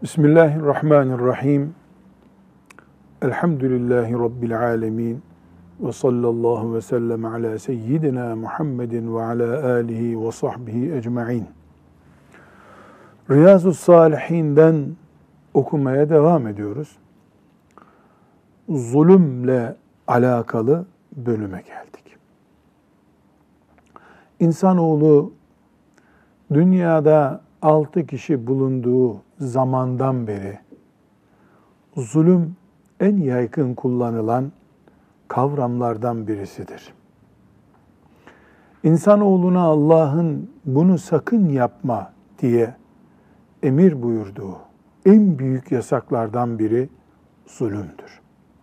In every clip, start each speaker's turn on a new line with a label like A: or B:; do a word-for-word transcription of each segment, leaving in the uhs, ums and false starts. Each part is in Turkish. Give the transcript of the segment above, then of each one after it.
A: Bismillahirrahmanirrahim. Elhamdülillahi Rabbil alemin. Ve sallallahu ve sellem ala seyyidina Muhammedin ve ala alihi ve sahbihi ecma'in. Riyazu's-Salihin'den okumaya devam ediyoruz. Zulümle alakalı bölüme geldik. İnsanoğlu dünyada altı kişi bulunduğu zamandan beri zulüm en yaygın kullanılan kavramlardan birisidir. İnsanoğluna Allah'ın bunu sakın yapma diye emir buyurduğu en büyük yasaklardan biri zulümdür.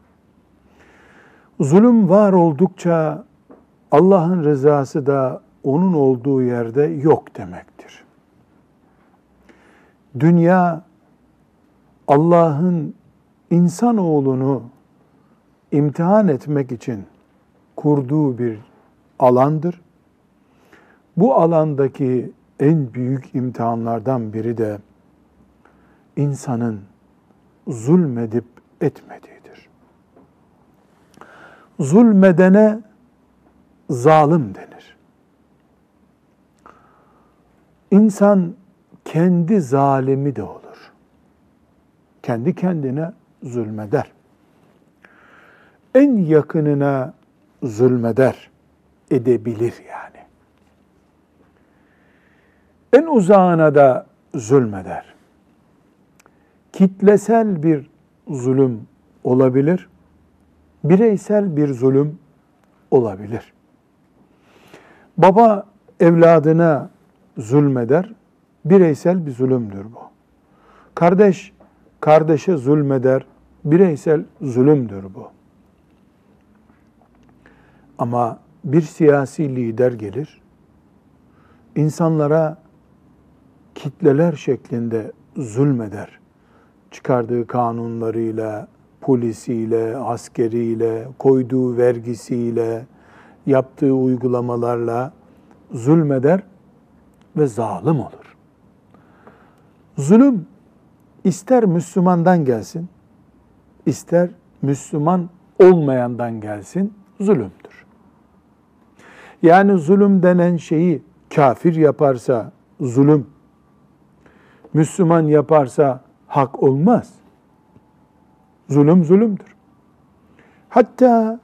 A: Zulüm var oldukça Allah'ın rızası da onun olduğu yerde yok demektir. Dünya Allah'ın insanoğlunu imtihan etmek için kurduğu bir alandır. Bu alandaki en büyük imtihanlardan biri de insanın zulmedip etmediğidir. Zulmedene zalim denir. İnsan kendi zalimi de olur. Kendi kendine zulmeder. En yakınına zulmeder, edebilir yani. En uzağına da zulmeder. Kitlesel bir zulüm olabilir, bireysel bir zulüm olabilir. Baba evladına zulmeder, bireysel bir zulümdür bu. Kardeş, kardeşe zulmeder, bireysel zulümdür bu. Ama bir siyasi lider gelir, insanlara kitleler şeklinde zulmeder. Çıkardığı kanunlarıyla, polisiyle, askeriyle, koyduğu vergisiyle, yaptığı uygulamalarla zulmeder ve zalim olur. Zulüm ister Müslümandan gelsin, ister Müslüman olmayandan gelsin, zulümdür. Yani zulüm denen şeyi kafir yaparsa zulüm, Müslüman yaparsa hak olmaz. Zulüm zulümdür. Hatta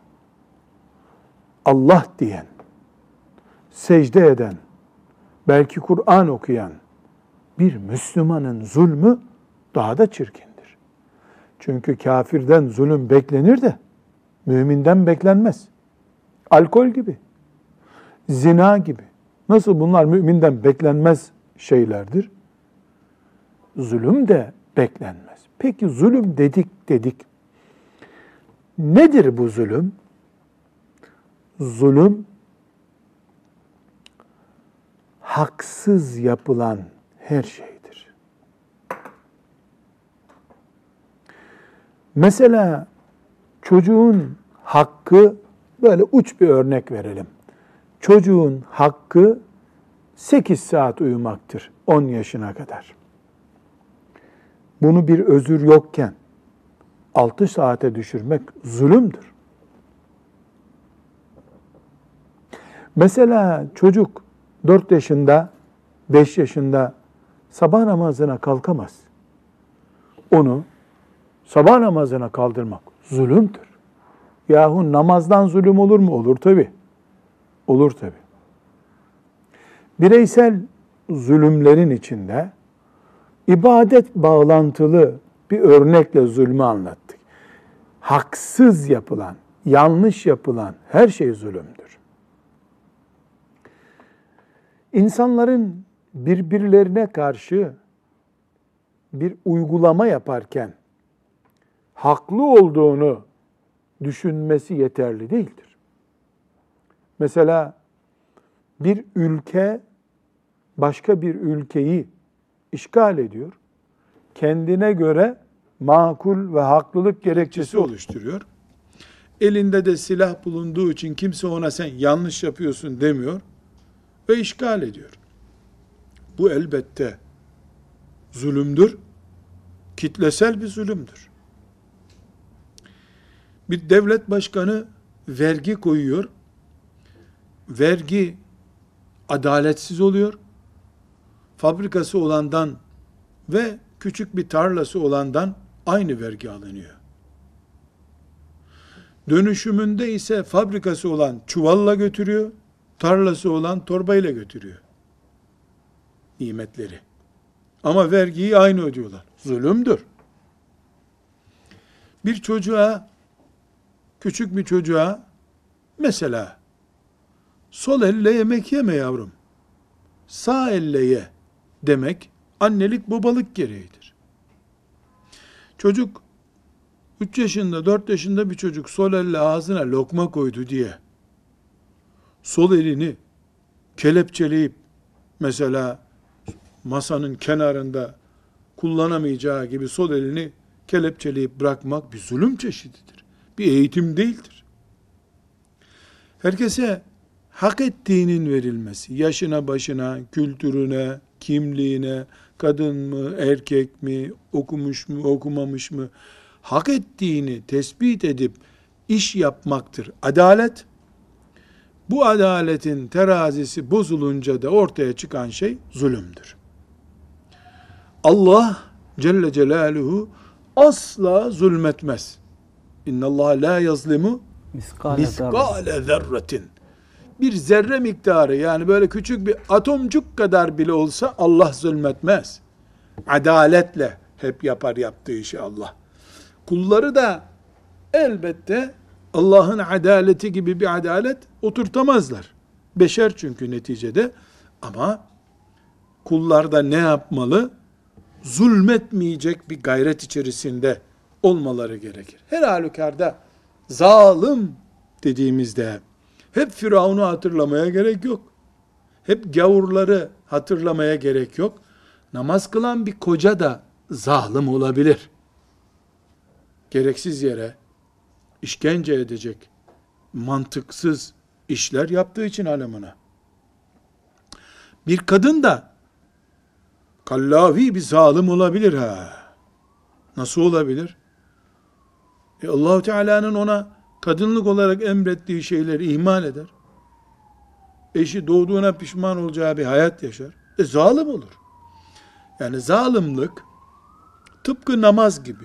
A: Allah diyen, secde eden, belki Kur'an okuyan bir Müslümanın zulmü daha da çirkindir. Çünkü kafirden zulüm beklenir de müminden beklenmez. Alkol gibi, zina gibi. Nasıl bunlar müminden beklenmez şeylerdir? Zulüm de beklenmez. Peki zulüm dedik dedik. Nedir bu zulüm? Zulüm, haksız yapılan her şeydir. Mesela çocuğun hakkı, böyle uç bir örnek verelim. Çocuğun hakkı sekiz saat uyumaktır on yaşına kadar. Bunu bir özür yokken altı saate düşürmek zulümdür. Mesela çocuk dört yaşında, beş yaşında sabah namazına kalkamaz. Onu sabah namazına kaldırmak zulümdür. Yahu namazdan zulüm olur mu? Olur tabii. Olur tabii. Bireysel zulümlerin içinde ibadet bağlantılı bir örnekle zulmü anlattık. Haksız yapılan, yanlış yapılan her şey zulümdür. İnsanların birbirlerine karşı bir uygulama yaparken haklı olduğunu düşünmesi yeterli değildir. Mesela bir ülke başka bir ülkeyi işgal ediyor. Kendine göre makul ve haklılık gerekçesi oluşturuyor. Elinde de silah bulunduğu için kimse ona sen yanlış yapıyorsun demiyor ve işgal ediyor. Bu elbette zulümdür, kitlesel bir zulümdür. Bir devlet başkanı vergi koyuyor. Vergi adaletsiz oluyor. Fabrikası olandan ve küçük bir tarlası olandan aynı vergi alınıyor. Dönüşümünde ise fabrikası olan çuvalla götürüyor, tarlası olan torbayla götürüyor nimetleri. Ama vergiyi aynı ödüyorlar. Zulümdür. Bir çocuğa, küçük bir çocuğa mesela sol elle yemek yeme yavrum, sağ elle ye demek annelik babalık gereğidir. Çocuk üç yaşında, dört yaşında bir çocuk sol elle ağzına lokma koydu diye sol elini kelepçeleyip mesela masanın kenarında kullanamayacağı gibi sol elini kelepçeleyip bırakmak bir zulüm çeşididir. Bir eğitim değildir. Herkese hak ettiğinin verilmesi, yaşına başına, kültürüne, kimliğine, kadın mı, erkek mi, okumuş mu, okumamış mı, hak ettiğini tespit edip iş yapmaktır. Adalet, bu adaletin terazisi bozulunca da ortaya çıkan şey zulümdür. Allah Celle Celaluhu asla zulmetmez. İnnallâhe lâ yazlimu miskâle zerretin. Bir zerre miktarı, yani böyle küçük bir atomcuk kadar bile olsa Allah zulmetmez. Adaletle hep yapar yaptığı işi Allah. Kulları da elbette Allah'ın adaleti gibi bir adalet oturtamazlar. Beşer çünkü neticede. Ama kullar da ne yapmalı? Zulmetmeyecek bir gayret içerisinde olmaları gerekir. Her halükarda zalim dediğimizde hep Firavun'u hatırlamaya gerek yok. Hep gavurları hatırlamaya gerek yok. Namaz kılan bir koca da zalim olabilir. Gereksiz yere işkence edecek, mantıksız işler yaptığı için hanımına. Bir kadın da kallavi bir zalim olabilir ha. Nasıl olabilir? E Allah-u Teala'nın ona kadınlık olarak emrettiği şeyleri ihmal eder. Eşi doğduğuna pişman olacağı bir hayat yaşar. E zalim olur. Yani zalimlik tıpkı namaz gibi,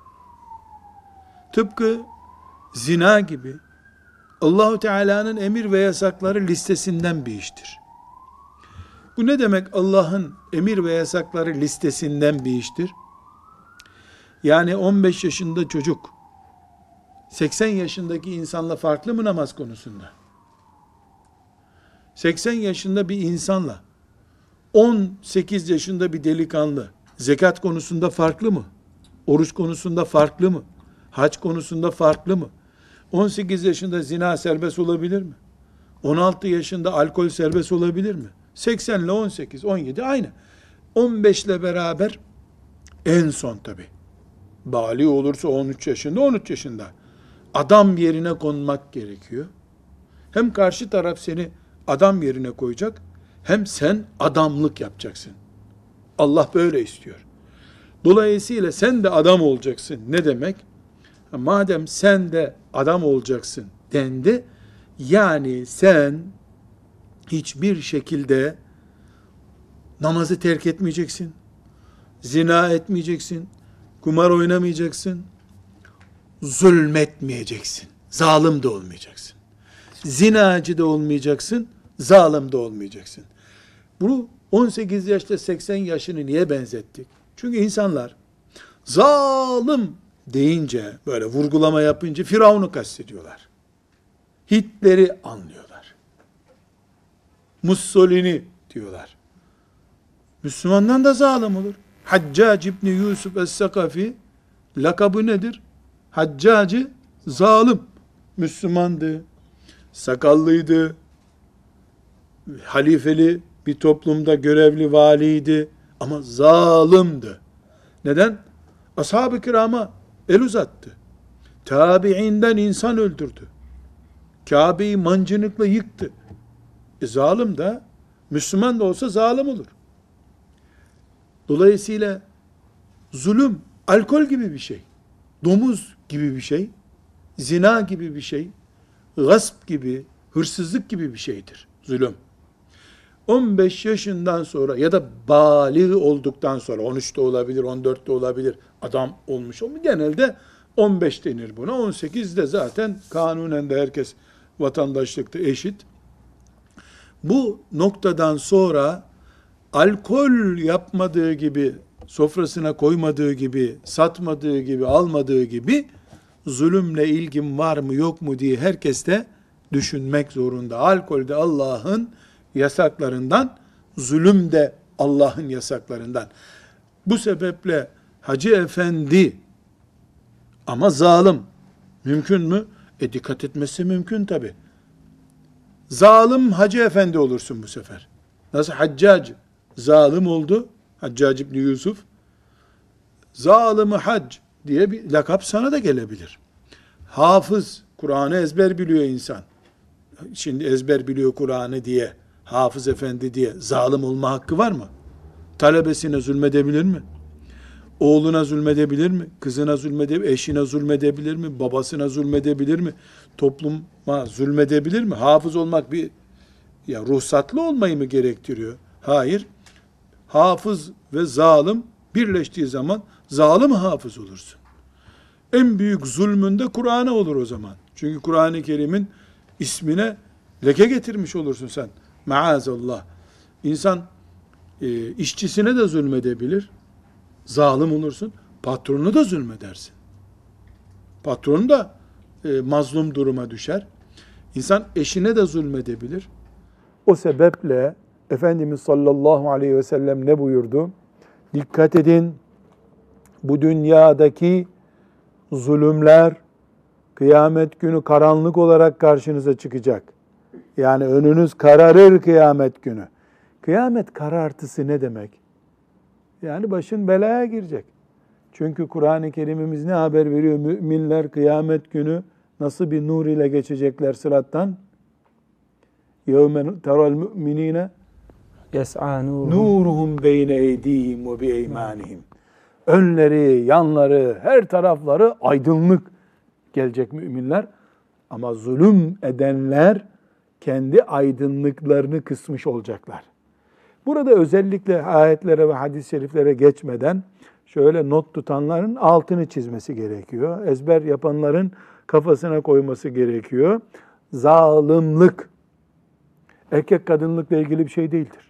A: tıpkı zina gibi Allah-u Teala'nın emir ve yasakları listesinden bir iştir. Bu ne demek Allah'ın emir ve yasakları listesinden bir iştir? Yani on beş yaşında çocuk seksen yaşındaki insanla farklı mı namaz konusunda? seksen yaşında bir insanla on sekiz yaşında bir delikanlı zekat konusunda farklı mı? Oruç konusunda farklı mı? Hac konusunda farklı mı? on sekiz yaşında zina serbest olabilir mi? on altı yaşında alkol serbest olabilir mi? seksen ile on sekiz, on yedi aynı. on beş ile beraber en son tabi. Bali olursa on üç yaşında, on üç yaşında. Adam yerine konmak gerekiyor. Hem karşı taraf seni adam yerine koyacak, hem sen adamlık yapacaksın. Allah böyle istiyor. Dolayısıyla sen de adam olacaksın. Ne demek? Madem sen de adam olacaksın dendi, yani sen hiçbir şekilde namazı terk etmeyeceksin, zina etmeyeceksin, kumar oynamayacaksın, zulmetmeyeceksin, zalim de olmayacaksın, zinacı da olmayacaksın, zalim de olmayacaksın. Bunu on sekiz yaşta seksen yaşını niye benzettik? Çünkü insanlar zalim deyince, böyle vurgulama yapınca Firavun'u kastediyorlar. Hitler'i anlıyorlar. Mussolini diyorlar. Müslümandan da zalim olur. Haccac İbni Yusuf Es-Sakafi lakabı nedir? Haccacı zalim. Müslümandı, sakallıydı, halifeli bir toplumda görevli valiydi ama zalimdi. Neden? Ashab-ı kirama el uzattı. Tabiinden insan öldürdü. Kabe'yi mancınıkla yıktı. E zalim de, Müslüman da olsa zalim olur. Dolayısıyla zulüm Alkol gibi bir şey, domuz gibi bir şey, zina gibi bir şey, gasp gibi, hırsızlık gibi bir şeydir zulüm. on beş yaşından sonra ya da bâlig olduktan sonra, on üçte olabilir, on dörtte olabilir, adam olmuş olmuş. Genelde on beş denir buna. on sekizde zaten kanunen de herkes vatandaşlıkta eşit. Bu noktadan sonra alkol yapmadığı gibi, sofrasına koymadığı gibi, satmadığı gibi, almadığı gibi zulümle ilgim var mı yok mu diye herkes de düşünmek zorunda. Alkol de Allah'ın yasaklarından, zulüm de Allah'ın yasaklarından. Bu sebeple Hacı Efendi ama zalim mümkün mü? E dikkat etmesi mümkün tabi. Zalim Hacı Efendi olursun bu sefer. Nasıl Haccac zalim oldu? Haccac İbni Yusuf. Zalim-i hac diye bir lakap sana da gelebilir. Hafız, Kur'an'ı ezber biliyor insan. Şimdi ezber biliyor Kur'an'ı diye, hafız efendi diye zalim olma hakkı var mı? Talebesine zulmedebilir mi? Oğluna zulmedebilir mi? Kızına zulmedebilir mi? Eşine zulmedebilir mi? Babasına zulmedebilir mi? Topluma zulmedebilir mi? Hafız olmak bir ya ruhsatlı olmayı mı gerektiriyor? Hayır. Hafız ve zalim birleştiği zaman zalim hafız olursun. En büyük zulmünde Kur'an'a olur o zaman. Çünkü Kur'an-ı Kerim'in ismine leke getirmiş olursun sen. Maazallah. İnsan e, işçisine de zulmedebilir. Zalim olursun. Patronuna da zulmedersin. Patron da e, mazlum duruma düşer. İnsan eşine de zulmedebilir. O sebeple Efendimiz sallallahu aleyhi ve sellem ne buyurdu? Dikkat edin, bu dünyadaki zulümler kıyamet günü karanlık olarak karşınıza çıkacak. Yani önünüz kararır kıyamet günü. Kıyamet karartısı ne demek? Yani başın belaya girecek. Çünkü Kur'an-ı Kerim'imiz ne haber veriyor? Müminler kıyamet günü nasıl bir nur ile geçecekler sırattan? يَوْمَ تَرَى الْمُؤْمِنِينَ
B: يَسْعَى
A: نُورُهُمْ بَيْنَ اَيْدِيهِمْ وَبِاَيْمَانِهِمْ. Önleri, yanları, her tarafları aydınlık gelecek müminler. Ama zulüm edenler kendi aydınlıklarını kısmış olacaklar. Burada özellikle ayetlere ve hadis-i şeriflere geçmeden şöyle not tutanların altını çizmesi gerekiyor. Ezber yapanların kafasına koyması gerekiyor. Zalimlik erkek kadınlıkla ilgili bir şey değildir.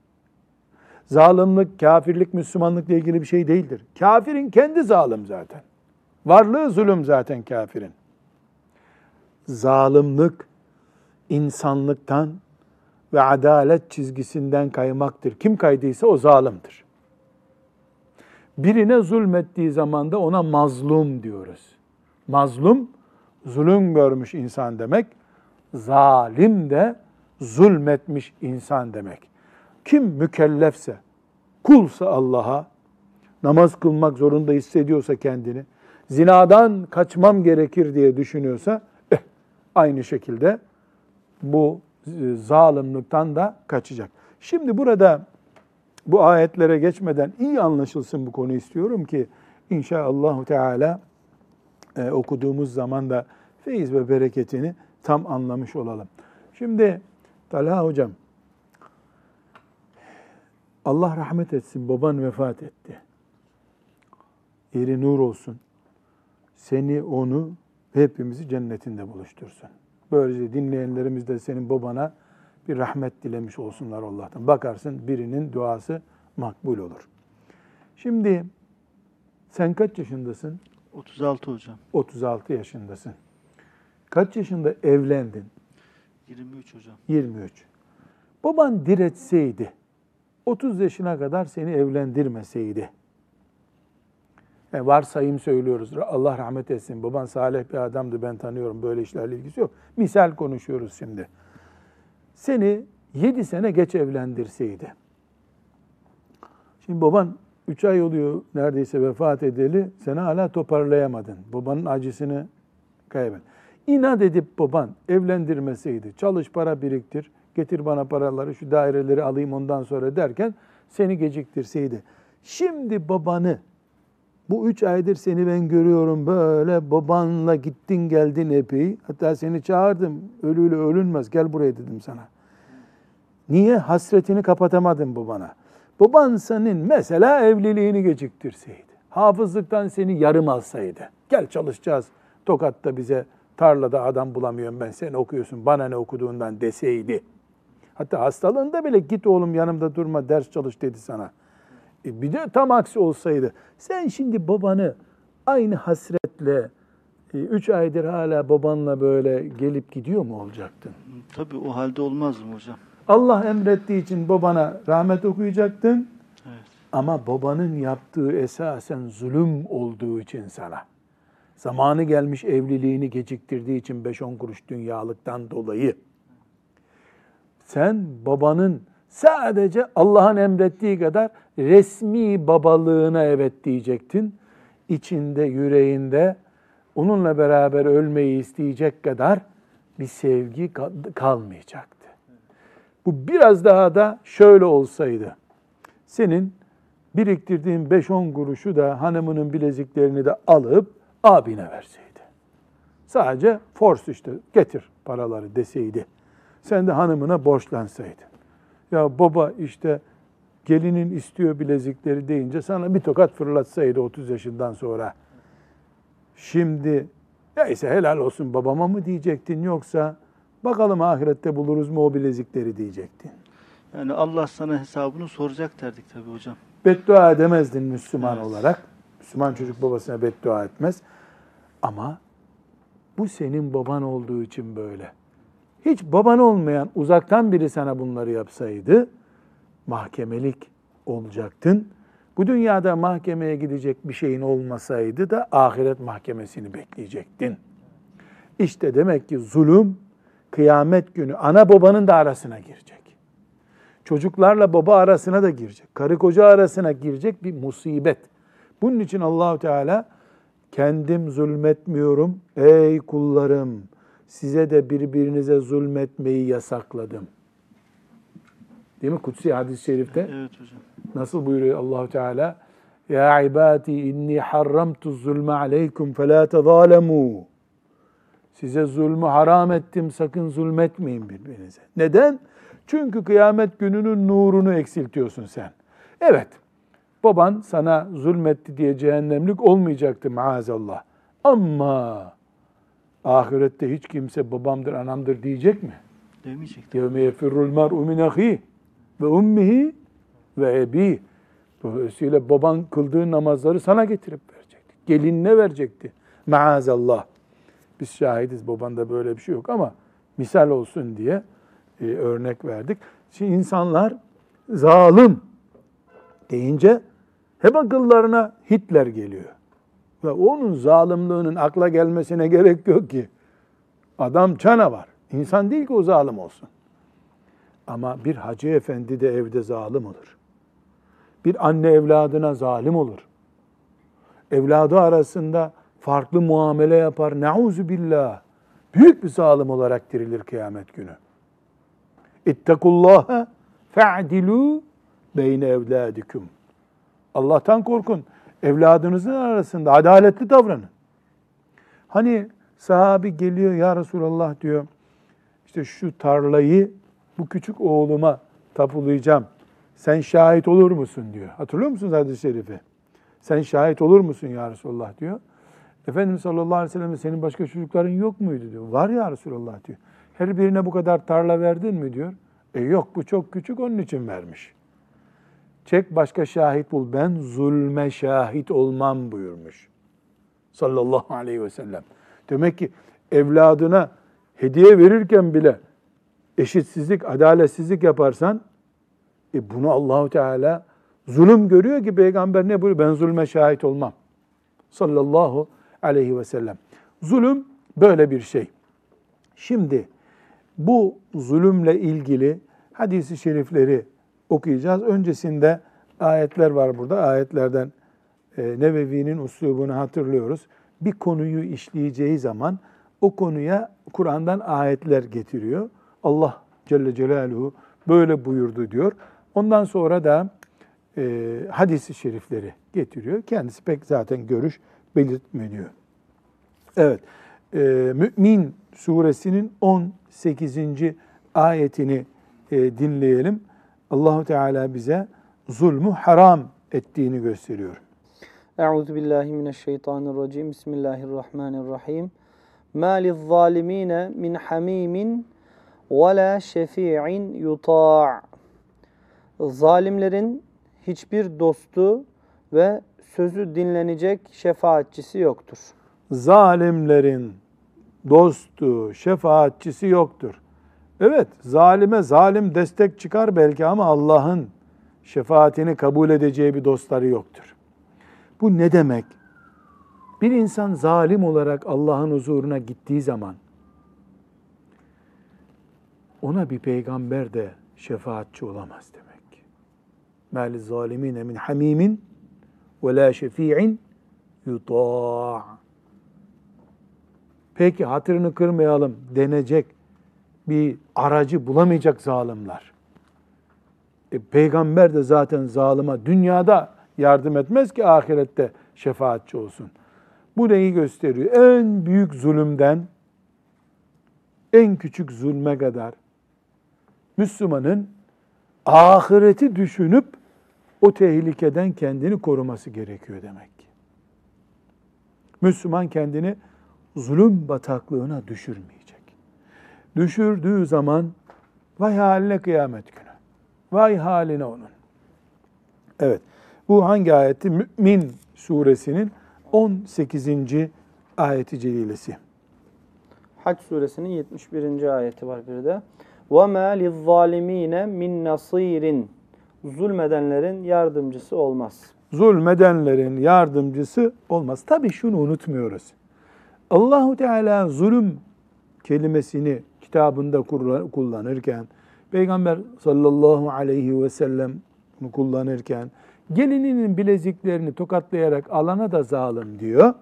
A: Zalimlik, kafirlik, Müslümanlıkla ilgili bir şey değildir. Kafirin kendi zalim zaten. Varlığı zulüm zaten kafirin. Zalimlik, insanlıktan ve adalet çizgisinden kaymaktır. Kim kaydıysa o zalimdir. Birine zulmettiği zaman da ona mazlum diyoruz. Mazlum, zulüm görmüş insan demek. Zalim de zulmetmiş insan demek. Kim mükellefse, kulsa Allah'a, namaz kılmak zorunda hissediyorsa kendini, zinadan kaçmam gerekir diye düşünüyorsa, eh, aynı şekilde bu zalimlikten da kaçacak. Şimdi burada bu ayetlere geçmeden iyi anlaşılsın bu konu istiyorum ki inşallah Teala e, okuduğumuz zaman da feyiz ve bereketini tam anlamış olalım. Şimdi Talha hocam, Allah rahmet etsin, baban vefat etti. Yeri nur olsun. Seni, onu, hepimizi cennetinde buluştursun. Böylece dinleyenlerimiz de senin babana bir rahmet dilemiş olsunlar Allah'tan. Bakarsın birinin duası makbul olur. Şimdi sen kaç yaşındasın?
B: otuz altı hocam.
A: otuz altı yaşındasın. Kaç yaşında evlendin?
B: yirmi üç hocam.
A: yirmi üç. Baban diretseydi, otuz yaşına kadar seni evlendirmeseydi, yani varsayım söylüyoruz, Allah rahmet etsin, baban salih bir adamdı, ben tanıyorum, böyle işlerle ilgisi yok. Misal konuşuyoruz şimdi. Seni yedi sene geç evlendirseydi, şimdi baban üç ay oluyor neredeyse vefat edeli, sen hala toparlayamadın. Babanın acısını kaybet. İnat edip baban evlendirmeseydi, çalış para biriktir, getir bana paraları, şu daireleri alayım ondan sonra derken seni geciktirseydi. Şimdi babanı Bu üç aydır seni ben görüyorum böyle, babanla gittin geldin epey. Hatta seni çağırdım, ölüyle ölünmez, gel buraya dedim sana. Niye? Hasretini kapatamadın babana. Baban senin mesela evliliğini geciktirseydi, hafızlıktan seni yarım alsaydı, gel çalışacağız Tokat'ta, bize tarlada adam bulamıyorum ben, sen okuyorsun bana ne okuduğundan deseydi. Hatta hastalığında bile git oğlum yanımda durma, ders çalış dedi sana. E bir de tam aksi olsaydı, sen şimdi babanı aynı hasretle e, üç aydır hala babanla böyle gelip gidiyor mu olacaktın?
B: Tabii o halde olmazdım hocam.
A: Allah emrettiği için babana rahmet okuyacaktın.
B: Evet.
A: Ama babanın yaptığı esasen zulüm olduğu için sana. Zamanı gelmiş evliliğini geciktirdiği için beş on kuruş dünyalıktan dolayı. Sen babanın sadece Allah'ın emrettiği kadar resmi babalığına evet diyecektin. İçinde, yüreğinde onunla beraber ölmeyi isteyecek kadar bir sevgi kalmayacaktı. Bu biraz daha da şöyle olsaydı. Senin biriktirdiğin beş on kuruşu da hanımının bileziklerini de alıp abine verseydi. Sadece force işte getir paraları deseydi. Sen de hanımına borçlansaydın. Ya baba işte gelinin istiyor bilezikleri deyince sana bir tokat fırlatsaydı otuz yaşından sonra. Şimdi neyse helal olsun babama mı diyecektin, yoksa bakalım ahirette buluruz mu o bilezikleri diyecektin.
B: Yani Allah sana hesabını soracak derdik tabii hocam.
A: Beddua edemezdin Müslüman
B: Evet.
A: olarak. Müslüman çocuk babasına beddua etmez. Ama bu senin baban olduğu için böyle. Hiç baban olmayan uzaktan biri sana bunları yapsaydı mahkemelik olacaktın. Bu dünyada mahkemeye gidecek bir şeyin olmasaydı da ahiret mahkemesini bekleyecektin. İşte demek ki zulüm kıyamet günü ana babanın da arasına girecek. Çocuklarla baba arasına da girecek. Karı koca arasına girecek bir musibet. Bunun için Allahu Teala kendim zulmetmiyorum ey kullarım, size de birbirinize zulmetmeyi yasakladım. Değil mi? Kutsi hadis-i şerifte.
B: Evet hocam.
A: Nasıl buyuruyor Allahu Teala? Ya ibadi inni harramtu zulme aleykum fe la tezalemu. Size zulmü haram ettim, sakın zulmetmeyin birbirinize. Neden? Çünkü kıyamet gününün nurunu eksiltiyorsun sen. Evet, baban sana zulmetti diye cehennemlik olmayacaktı maazallah. Ama ahirette hiç kimse babamdır, anamdır diyecek mi?
B: Demeyecektim.
A: يَوْمَ يَفِرُّ الْمَرْءُ مِنْ أَخِيهِ وَاُمِّهِ وَاَب۪يهِ. Dolayısıyla baban kıldığı namazları sana getirip verecekti. Gelinine verecekti. Maazallah. Biz şahidiz, babanda böyle bir şey yok ama misal olsun diye e, örnek verdik. Şimdi insanlar zalim deyince hep akıllarına Hitler geliyor. Ve onun zalimliğinin akla gelmesine gerek yok ki. Adam canavar. İnsan değil ki o zalim olsun. Ama bir hacı efendi de evde zalim olur. Bir anne evladına zalim olur. Evladı arasında farklı muamele yapar. Nauzu billah. Büyük bir zalim olarak dirilir kıyamet günü. İttekullaha fe'dilu beyne evladikum. Allah'tan korkun. Evladınızın arasında adaletli davranın. Hani sahabi geliyor, ya Resulallah diyor, işte şu tarlayı bu küçük oğluma tapulayacağım. Sen şahit olur musun diyor. Hatırlıyor musunuz hadis-i şerifi? Sen şahit olur musun ya Resulallah diyor. Efendimiz sallallahu aleyhi ve sellem, senin başka çocukların yok muydu diyor. Var ya Resulallah diyor. Her birine bu kadar tarla verdin mi diyor. E yok, bu çok küçük, onun için vermiş. Çek başka şahit bul, ben zulme şahit olmam buyurmuş. Sallallahu aleyhi ve sellem. Demek ki evladına hediye verirken bile eşitsizlik, adaletsizlik yaparsan e bunu Allahu Teala zulüm görüyor ki peygamber ne buyuruyor? Ben zulme şahit olmam. Sallallahu aleyhi ve sellem. Zulüm böyle bir şey. Şimdi bu zulümle ilgili hadis-i şerifleri okuyacağız. Öncesinde ayetler var burada. Ayetlerden e, Nevevi'nin uslubunu hatırlıyoruz. Bir konuyu işleyeceği zaman o konuya Kur'an'dan ayetler getiriyor. Allah Celle Celaluhu böyle buyurdu diyor. Ondan sonra da e, hadis-i şerifleri getiriyor. Kendisi pek zaten görüş belirtmiyor. Evet, e, Mü'min suresinin on sekizinci ayetini e, dinleyelim. Allahu Teala bize zulmü haram ettiğini gösteriyor.
C: Euzu billahi mineşşeytanirracim. Bismillahirrahmanirrahim. Ma liz-zalimine min hamimin ve la şefi'in yuta'. Zalimlerin hiçbir dostu ve sözü dinlenecek şefaatçisi yoktur.
A: Zalimlerin dostu, şefaatçisi yoktur. Evet, zalime zalim destek çıkar belki ama Allah'ın şefaatini kabul edeceği bir dostları yoktur. Bu ne demek? Bir insan zalim olarak Allah'ın huzuruna gittiği zaman ona bir peygamber de şefaatçi olamaz demek. مَا لِلظَّالِمِينَ مِنْ حَمِيمٍ وَلَا شَف۪يعٍ يُطَاعٍ. Peki hatırını kırmayalım denecek bir aracı bulamayacak zalimler. E, peygamber de zaten zalıma dünyada yardım etmez ki ahirette şefaatçi olsun. Bu neyi gösteriyor? En büyük zulümden en küçük zulme kadar Müslümanın ahireti düşünüp o tehlikeden kendini koruması gerekiyor demek ki. Müslüman kendini zulüm bataklığına düşürmeyecek. Düşürdüğü zaman vay haline kıyamet günü. Vay haline onun. Evet. Bu hangi ayeti? Mü'min suresinin on sekizinci ayeti celilesi.
C: Hac suresinin yetmiş birinci ayeti var bir de. وَمَا لِلظَّالِم۪ينَ مِنْ نَصِيرٍ. Zulmedenlerin yardımcısı olmaz.
A: Zulmedenlerin yardımcısı olmaz. Tabii şunu unutmuyoruz. Allahu Teala zulüm kelimesini kitabında kullanırken, Peygamber sallallahu aleyhi ve sellem bunu kullanırken, gelininin bileziklerini tokatlayarak alana da zalim diyor.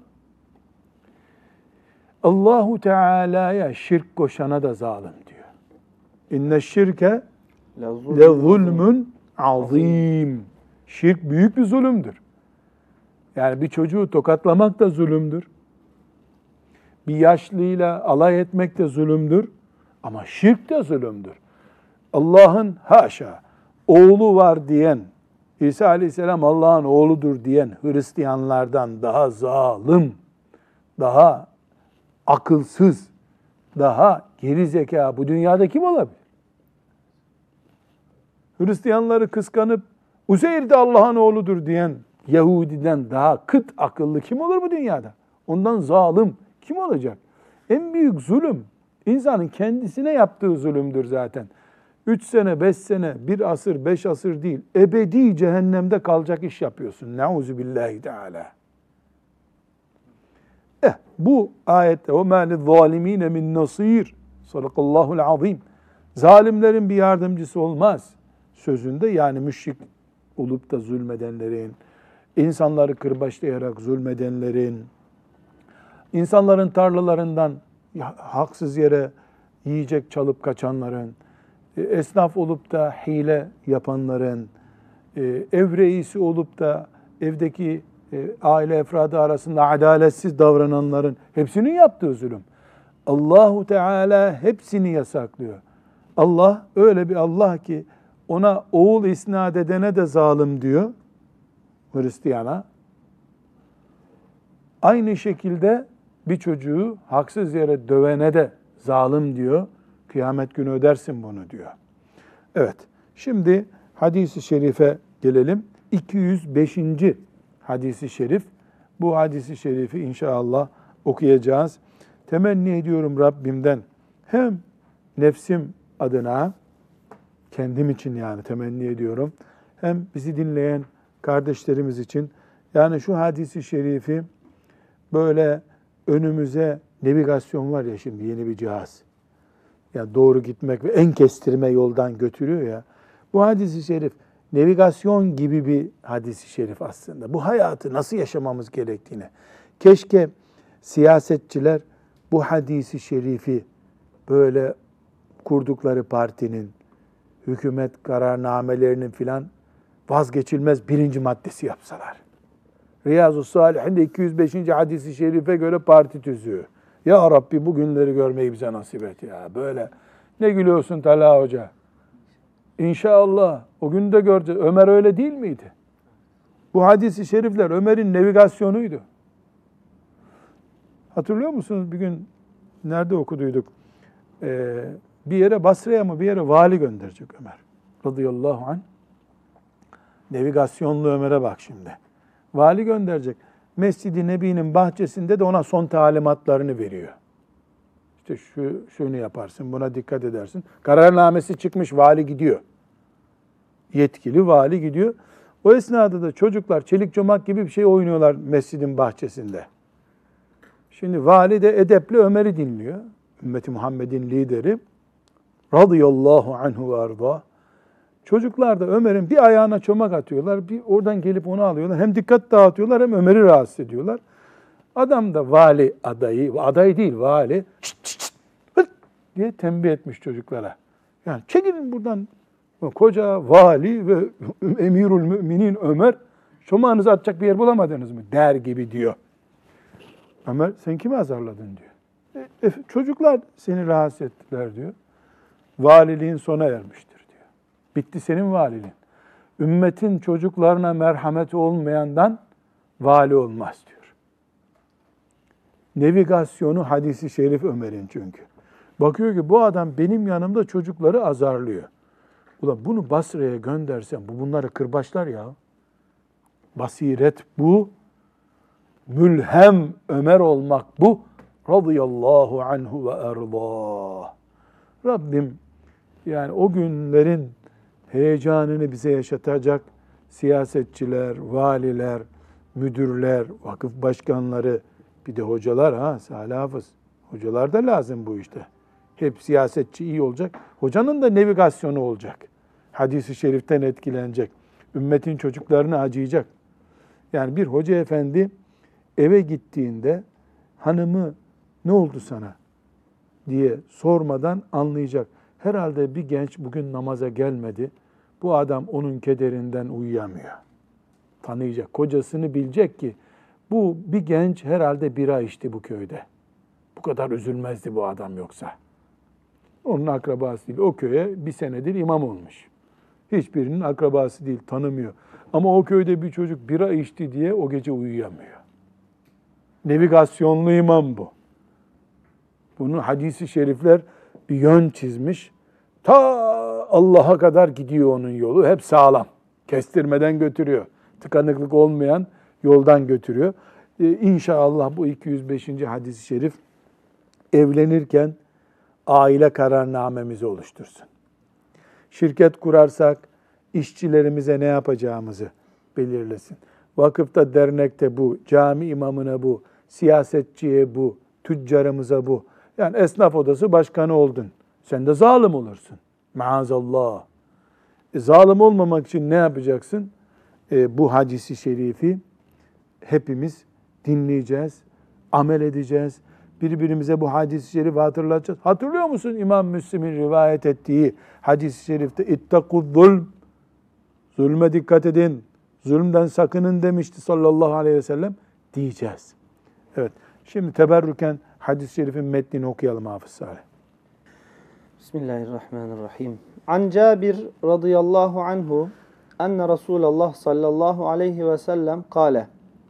A: Allahu Teala'ya şirk koşana da zalim diyor. İnne şirke le zulmün azim. Şirk büyük bir zulümdür. Yani bir çocuğu tokatlamak da zulümdür. Bir yaşlıyla alay etmek de zulümdür. Ama şirk de zulümdür. Allah'ın haşa oğlu var diyen, İsa Aleyhisselam Allah'ın oğludur diyen Hristiyanlardan daha zalim, daha akılsız, daha geri zeka bu dünyada kim olabilir? Hristiyanları kıskanıp Uzeyr de Allah'ın oğludur diyen Yahudiden daha kıt akıllı kim olur bu dünyada? Ondan zalim kim olacak? En büyük zulüm insanın kendisine yaptığı zulümdür zaten. Üç sene, beş sene, bir asır, beş asır değil, ebedi cehennemde kalacak iş yapıyorsun. Neuzubillahi teala. Eh, bu ayette وَمَا لِلظَّالِم۪ينَ مِنْ نَصِيرٍ Sadakallahu'l azim. Zalimlerin bir yardımcısı olmaz sözünde, yani müşrik olup da zulmedenlerin, insanları kırbaçlayarak zulmedenlerin, insanların tarlalarından haksız yere yiyecek çalıp kaçanların, esnaf olup da hile yapanların, ev reisi olup da evdeki aile efradı arasında adaletsiz davrananların hepsinin yaptığı zulüm. Allahu Teala hepsini yasaklıyor. Allah öyle bir Allah ki ona oğul isnat edene de zalim diyor, Hristiyana. Aynı şekilde bir çocuğu haksız yere dövene de zalim diyor. Kıyamet günü ödersin bunu diyor. Evet, şimdi hadis-i şerife gelelim. iki yüz beşinci hadis-i şerif. Bu hadis-i şerifi inşallah okuyacağız. Temenni ediyorum Rabbimden hem nefsim adına, kendim için yani temenni ediyorum, hem bizi dinleyen kardeşlerimiz için, yani şu hadis-i şerifi böyle önümüze navigasyon var ya, şimdi yeni bir cihaz. Ya doğru gitmek ve en kestirme yoldan götürüyor ya. Bu hadis-i şerif navigasyon gibi bir hadis-i şerif aslında. Bu hayatı nasıl yaşamamız gerektiğini. Keşke siyasetçiler bu hadis-i şerifi böyle kurdukları partinin, hükümet kararnamelerinin filan vazgeçilmez birinci maddesi yapsalar. Riyazu Salihin'de iki yüz beşinci hadisi şerife göre parti tüzüğü. Ya Rabbi bu günleri görmeyi bize nasip et ya. Böyle ne gülüyorsun Talha Hoca? İnşallah o günü de göreceğiz. Ömer öyle değil miydi? Bu hadisi şerifler Ömer'in navigasyonuydu. Hatırlıyor musunuz? Bir gün nerede okuduyduk? Ee, bir yere Basra'ya mı bir yere vali gönderecek Ömer radıyallahu anh. Navigasyonlu Ömer'e bak şimdi. Vali gönderecek. Mescid-i Nebi'nin bahçesinde de ona son talimatlarını veriyor. İşte şu şunu yaparsın, buna dikkat edersin. Kararnamesi çıkmış, vali gidiyor. Yetkili vali gidiyor. O esnada da çocuklar çelik çomak gibi bir şey oynuyorlar mescidin bahçesinde. Şimdi vali de edepli Ömer'i dinliyor. Ümmeti Muhammed'in lideri. Radıyallahu anhu ve arda. Çocuklar da Ömer'in bir ayağına çomak atıyorlar. Bir oradan gelip onu alıyorlar. Hem dikkat dağıtıyorlar hem Ömer'i rahatsız ediyorlar. Adam da vali adayı, aday değil vali, çıt çıt çıt hırt diye tembih etmiş çocuklara. Yani çekilin buradan. Koca vali ve emirül müminin Ömer, çomağınızı atacak bir yer bulamadınız mı der gibi diyor. Ömer sen kimi azarladın diyor. E, e, çocuklar seni rahatsız ettiler diyor. Valiliğin sona ermiştir diyor. Bitti senin valiliğin. Ümmetin çocuklarına merhameti olmayandan vali olmaz diyor. Navigasyonu hadisi şerif Ömer'in çünkü. Bakıyor ki bu adam benim yanımda çocukları azarlıyor. Ulan bunu Basra'ya göndersem bu bunları kırbaçlar ya. Basiret bu. Mülhem Ömer olmak bu. Radıyallahu anhu ve erdah. Rabbim yani o günlerin heyecanını bize yaşatacak siyasetçiler, valiler, müdürler, vakıf başkanları, bir de hocalar ha, Salih Hafız. Hocalar da lazım bu işte. Hep siyasetçi iyi olacak. Hocanın da navigasyonu olacak. Hadis-i şeriften etkilenecek. Ümmetin çocuklarını acıyacak. Yani bir hoca efendi eve gittiğinde hanımı ne oldu sana diye sormadan anlayacak. Herhalde bir genç bugün namaza gelmedi. Bu adam onun kederinden uyuyamıyor. Tanıyacak. Kocasını bilecek ki bu bir genç herhalde bira içti bu köyde. Bu kadar üzülmezdi bu adam yoksa. Onun akrabası değil. O köye bir senedir imam olmuş. Hiçbirinin akrabası değil, tanımıyor. Ama o köyde bir çocuk bira içti diye o gece uyuyamıyor. Navigasyonlu imam bu. Bunun hadisi şerifler bir yön çizmiş. Ta Allah'a kadar gidiyor onun yolu. Hep sağlam. Kestirmeden götürüyor. Tıkanıklık olmayan yoldan götürüyor. Ee, İnşallah bu iki yüz beşinci hadis-i şerif evlenirken aile kararnamemizi oluştursun. Şirket kurarsak işçilerimize ne yapacağımızı belirlesin. Vakıfta, dernekte bu, cami imamına bu, siyasetçiye bu, tüccarımıza bu. Yani esnaf odası başkanı oldun. Sen de zalim olursun. Maazallah. E, zalim olmamak için ne yapacaksın? E, bu hadisi şerifi hepimiz dinleyeceğiz, amel edeceğiz. Birbirimize bu hadis-i şerifi hatırlatacağız. Hatırlıyor musun İmam Müslim'in rivayet ettiği hadis-i şerifte İttakuz zulm, zulme dikkat edin, zulmden sakının demişti sallallahu aleyhi ve sellem diyeceğiz. Evet, şimdi teberrüken hadis-i şerifin metnini okuyalım Hafız Salih.
C: Bismillahirrahmanirrahim. An Cabir radıyallahu anhu enne Resulallah sallallahu aleyhi ve sellem kâle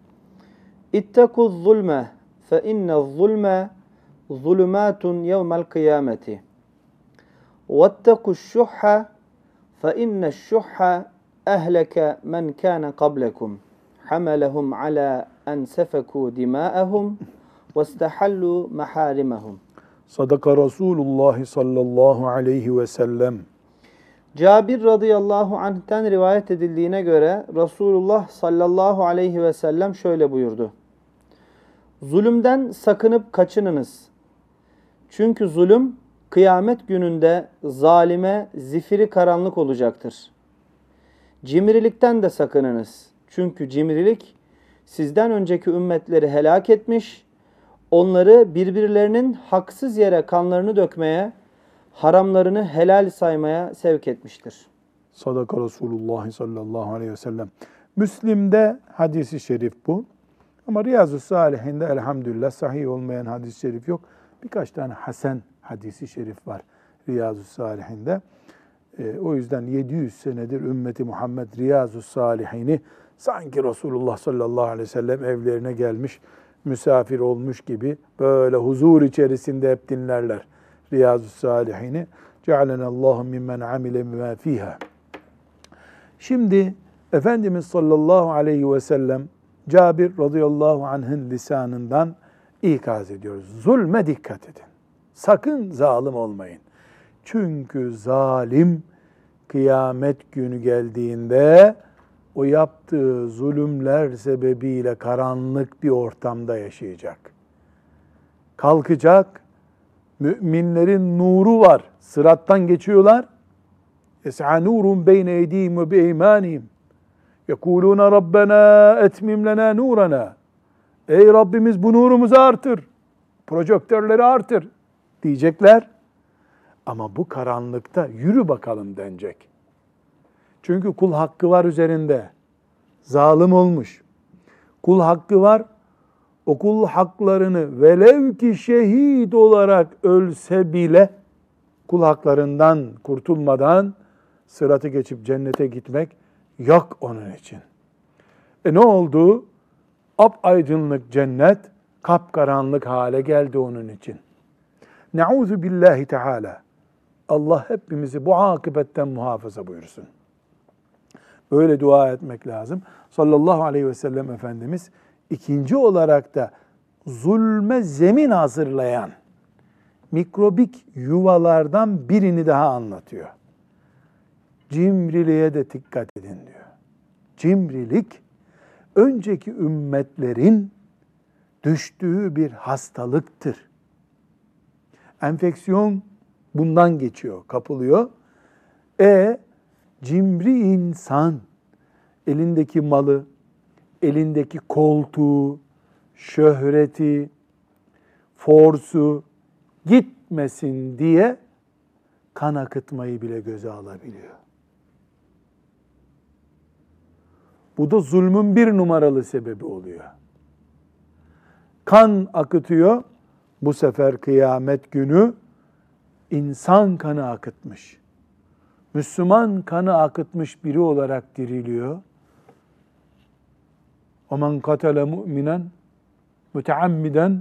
C: İttekuz zulme fe inne zulme zulümatun yevmel kıyameti vettekuz şuhha fe inne şuhha ehleke men kâne qablekum hamalehum ala en sefekû dimâehum ve istehallû mahârimehum.
A: Sadaka Resulullah sallallahu aleyhi ve sellem.
C: Cabir radıyallahu anh'ten rivayet edildiğine göre Resulullah sallallahu aleyhi ve sellem şöyle buyurdu. Zulümden sakınıp kaçınınız. Çünkü zulüm kıyamet gününde zalime zifiri karanlık olacaktır. Cimrilikten de sakınınız. Çünkü cimrilik sizden önceki ümmetleri helak etmiş, onları birbirlerinin haksız yere kanlarını dökmeye, haramlarını helal saymaya sevk etmiştir.
A: Sadaka Resulullah sallallahu aleyhi ve sellem. Müslim'de hadisi şerif bu. Ama Riyazu Salihinde elhamdülillah sahih olmayan hadis-i şerif yok. Birkaç tane hasen hadisi şerif var Riyazu Salihinde. E, o yüzden yedi yüz senedir ümmeti Muhammed Riyazu Salihini sanki Resulullah sallallahu aleyhi ve sellem evlerine gelmiş, misafir olmuş gibi böyle huzur içerisinde hep dinlerler Riyazu Salihini. Cealenallahu mimmen amile bima fiha. Şimdi Efendimiz sallallahu aleyhi ve sellem Cabir radıyallahu anh'ın lisanından ikaz ediyoruz. Zulme dikkat edin. Sakın zalim olmayın. Çünkü zalim kıyamet günü geldiğinde o yaptığı zulümler sebebiyle karanlık bir ortamda yaşayacak. Kalkacak, müminlerin nuru var. Sırattan geçiyorlar. Es'a nurun beyne eydihim ve beymanihim. Yekulûne Rabbena etmim lena nurana. Ey Rabbimiz bu nurumuzu artır. Projektörleri artır diyecekler. Ama bu karanlıkta yürü bakalım denecek. Çünkü kul hakkı var üzerinde. Zalim olmuş. Kul hakkı var. O kul haklarını velev ki şehit olarak ölse bile kul haklarından kurtulmadan sıratı geçip cennete gitmek yok onun için. E ne oldu? Apaydınlık cennet kapkaranlık hale geldi onun için. Nauzu billahi teala. Allah hepimizi bu akıbetten muhafaza buyursun. Böyle dua etmek lazım. Sallallahu aleyhi ve sellem Efendimiz ikinci olarak da zulme zemin hazırlayan mikrobik yuvalardan birini daha anlatıyor. Cimriliğe de dikkat edin diyor. Cimrilik önceki ümmetlerin düştüğü bir hastalıktır. Enfeksiyon bundan geçiyor, kapılıyor. E cimri insan elindeki malı, elindeki koltuğu, şöhreti, forsu gitmesin diye kan akıtmayı bile göze alabiliyor. Bu da zulmün bir numaralı sebebi oluyor. Kan akıtıyor, bu sefer kıyamet günü insan kanı akıtmış. Müslüman kanı akıtmış biri olarak diriliyor. وَمَنْ قَتَلَ مُؤْمِنًا مُتَعَمِّدًا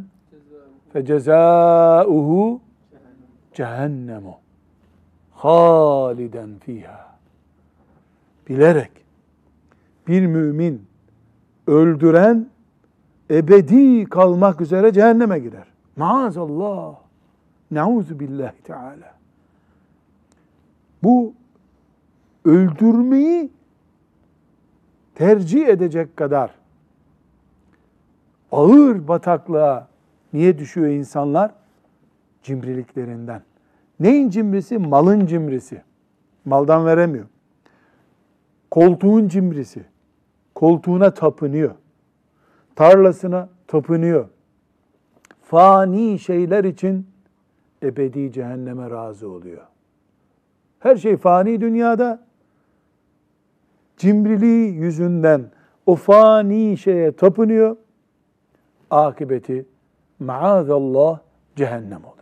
A: فَجَزَاؤُهُ cehennem haliden fiha. Bilerek bir mümin öldüren ebedi kalmak üzere cehenneme girer. Maazallah. Nauzu billahi teala. Bu öldürmeyi tercih edecek kadar ağır bataklığa niye düşüyor insanlar? Cimriliklerinden. Neyin cimrisi? Malın cimrisi. Maldan veremiyor. Koltuğun cimrisi. Koltuğuna tapınıyor. Tarlasına tapınıyor. Fani şeyler için ebedi cehenneme razı oluyor. Her şey fani dünyada. Cimriliği yüzünden o fani şeye tapınıyor. Akıbeti maazallah cehennem oluyor.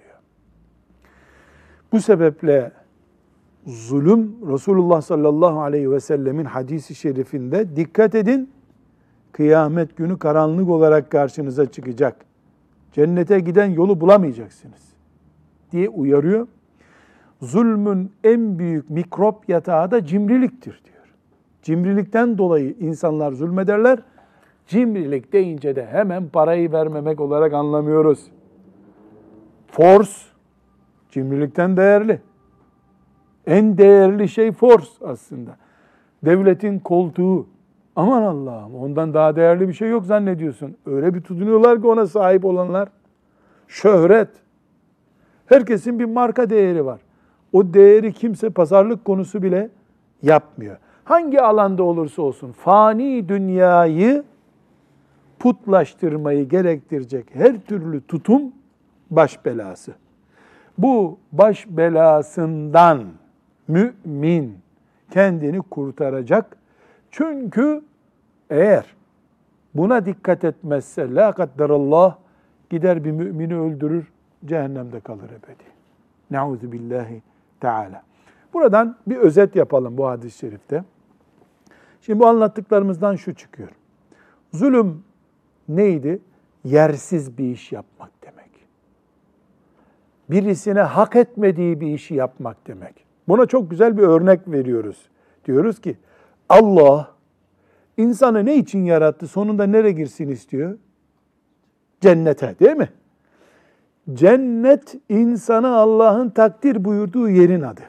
A: Bu sebeple zulüm Resulullah sallallahu aleyhi ve sellemin hadisi şerifinde dikkat edin, kıyamet günü karanlık olarak karşınıza çıkacak. Cennete giden yolu bulamayacaksınız diye uyarıyor. Zulmün en büyük mikrop yatağı da cimriliktir diyor. Cimrilikten dolayı insanlar zulmederler. Cimrilik deyince de hemen parayı vermemek olarak anlamıyoruz. Force, cimrilikten değerli. En değerli şey force aslında. Devletin koltuğu. Aman Allah'ım, ondan daha değerli bir şey yok zannediyorsun. Öyle bir tutunuyorlar ki ona sahip olanlar. Şöhret. Herkesin bir marka değeri var. O değeri kimse pazarlık konusu bile yapmıyor. Hangi alanda olursa olsun fani dünyayı putlaştırmayı gerektirecek her türlü tutum baş belası. Bu baş belasından mümin kendini kurtaracak. Çünkü eğer buna dikkat etmezse la kadderallah gider bir mümini öldürür, cehennemde kalır ebedi. Nauzu billahi teala. Buradan bir özet yapalım bu hadis-i şerifte. Şimdi bu anlattıklarımızdan şu çıkıyor. Zulüm neydi? Yersiz bir iş yapmak demek. Birisine hak etmediği bir işi yapmak demek. Buna çok güzel bir örnek veriyoruz. Diyoruz ki Allah insanı ne için yarattı? Sonunda nereye girsin istiyor? Cennete, değil mi? Cennet insana Allah'ın takdir buyurduğu yerin adı.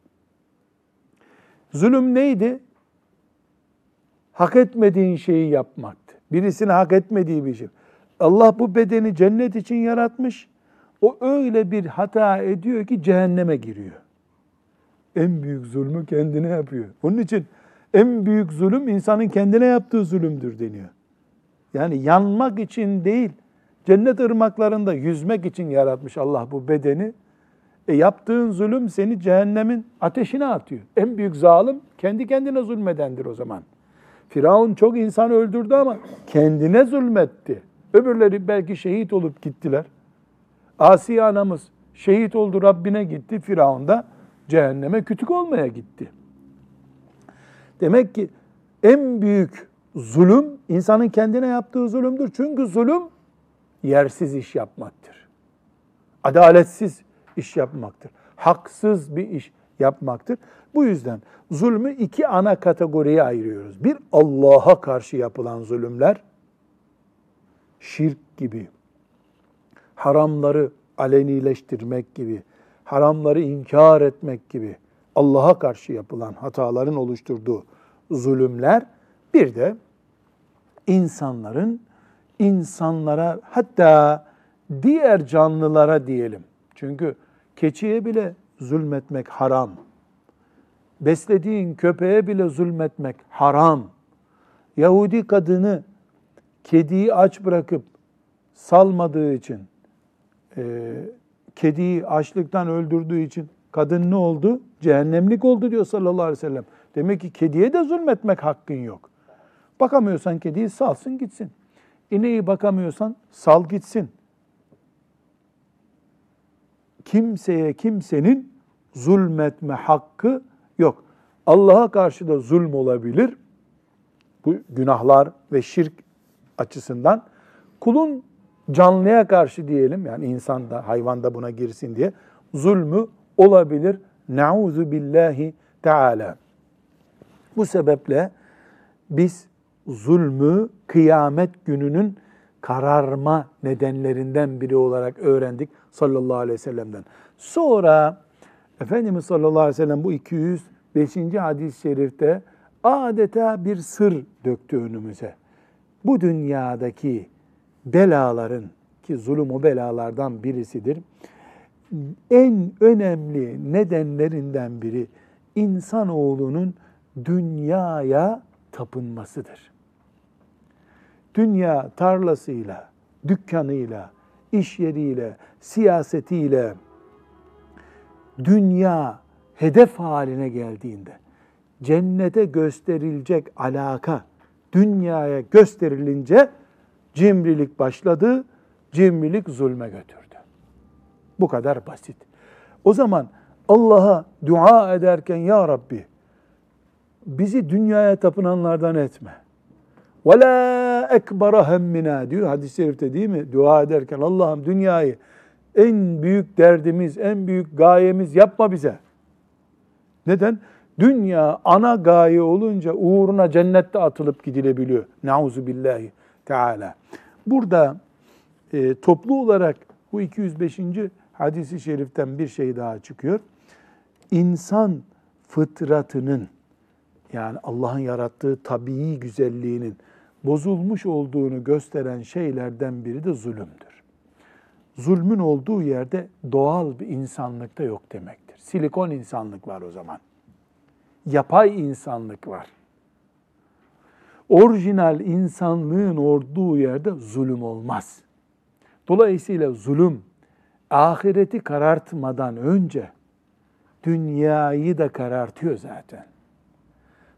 A: Zulüm neydi? Hak etmediğin şeyi yapmaktı. Birisine hak etmediği bir şey. Allah bu bedeni cennet için yaratmış. O öyle bir hata ediyor ki cehenneme giriyor. En büyük zulmü kendine yapıyor. Onun için en büyük zulüm insanın kendine yaptığı zulümdür deniyor. Yani yanmak için değil, cennet ırmaklarında yüzmek için yaratmış Allah bu bedeni. E yaptığın zulüm seni cehennemin ateşine atıyor. En büyük zalim kendi kendine zulmedendir o zaman. Firavun çok insan öldürdü ama kendine zulmetti. Öbürleri belki şehit olup gittiler. Asiye anamız şehit oldu, Rabbine gitti. Firavun da cehenneme kütük olmaya gitti. Demek ki en büyük zulüm insanın kendine yaptığı zulümdür. Çünkü zulüm yersiz iş yapmaktır. Adaletsiz iş yapmaktır. Haksız bir iş yapmaktır. Bu yüzden zulmü iki ana kategoriye ayırıyoruz. Bir, Allah'a karşı yapılan zulümler, şirk gibi, haramları alenileştirmek gibi, haramları inkar etmek gibi Allah'a karşı yapılan hataların oluşturduğu zulümler, bir de insanların insanlara, hatta diğer canlılara diyelim. Çünkü keçiye bile zulmetmek haram. Beslediğin köpeğe bile zulmetmek haram. Yahudi kadını kediyi aç bırakıp salmadığı için, e, kediyi açlıktan öldürdüğü için kadın ne oldu? Cehennemlik oldu diyor sallallahu aleyhi ve sellem. Demek ki kediye de zulmetmek hakkın yok. Bakamıyorsan kediyi salsın gitsin. İneği bakamıyorsan sal gitsin. Kimseye kimsenin zulmetme hakkı yok. Allah'a karşı da zulm olabilir. Bu günahlar ve şirk açısından. Kulun canlıya karşı diyelim, yani insan da hayvan da buna girsin diye zulmü olabilir. Nauzu billahi teala. Bu sebeple biz zulmü kıyamet gününün kararma nedenlerinden biri olarak öğrendik sallallahu aleyhi ve sellem'den. Sonra Efendimiz sallallahu aleyhi ve sellem bu iki yüz beşinci hadis-i şerifte adeta bir sır döktü önümüze. Bu dünyadaki belaların, ki zulüm o belalardan birisidir, en önemli nedenlerinden biri insanoğlunun dünyaya tapınmasıdır. Dünya tarlasıyla, dükkanıyla, iş yeriyle, siyasetiyle dünya hedef haline geldiğinde cennete gösterilecek alaka dünyaya gösterilince cimrilik başladı, cimrilik zulme götürdü. Bu kadar basit. O zaman Allah'a dua ederken ya Rabbi bizi dünyaya tapınanlardan etme. وَلَا اَكْبَرَ هَمِّنَا diyor hadis-i şerifte, değil mi? Dua ederken Allah'ım dünyayı en büyük derdimiz, en büyük gayemiz yapma bize. Neden? Dünya ana gaye olunca uğruna cennette atılıp gidilebiliyor. Nauzu billahi teala. Burada e, toplu olarak bu iki yüz beşinci hadis-i şeriften bir şey daha çıkıyor. İnsan fıtratının, yani Allah'ın yarattığı tabii güzelliğinin bozulmuş olduğunu gösteren şeylerden biri de zulümdür. Zulmün olduğu yerde doğal bir insanlık da yok demektir. Silikon insanlık var o zaman. Yapay insanlık var. Orijinal insanlığın olduğu yerde zulüm olmaz. Dolayısıyla zulüm ahireti karartmadan önce dünyayı da karartıyor zaten.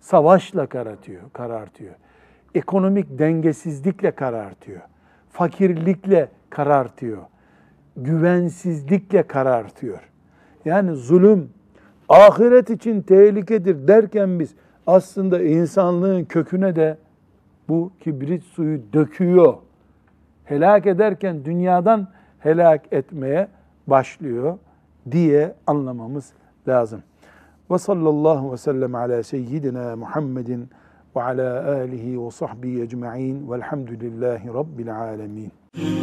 A: savaşla karartıyor, karartıyor. Ekonomik dengesizlikle karartıyor. Fakirlikle karartıyor. Güvensizlikle karartıyor. Yani zulüm ahiret için tehlikedir derken biz aslında insanlığın köküne de bu kibrit suyu döküyor. Helak ederken dünyadan helak etmeye başlıyor diye anlamamız lazım. Ve sallallahu ve sellem ala seyyidina Muhammedin ve ala alihi ve sahbihi ecma'in velhamdülillahi rabbil alemin.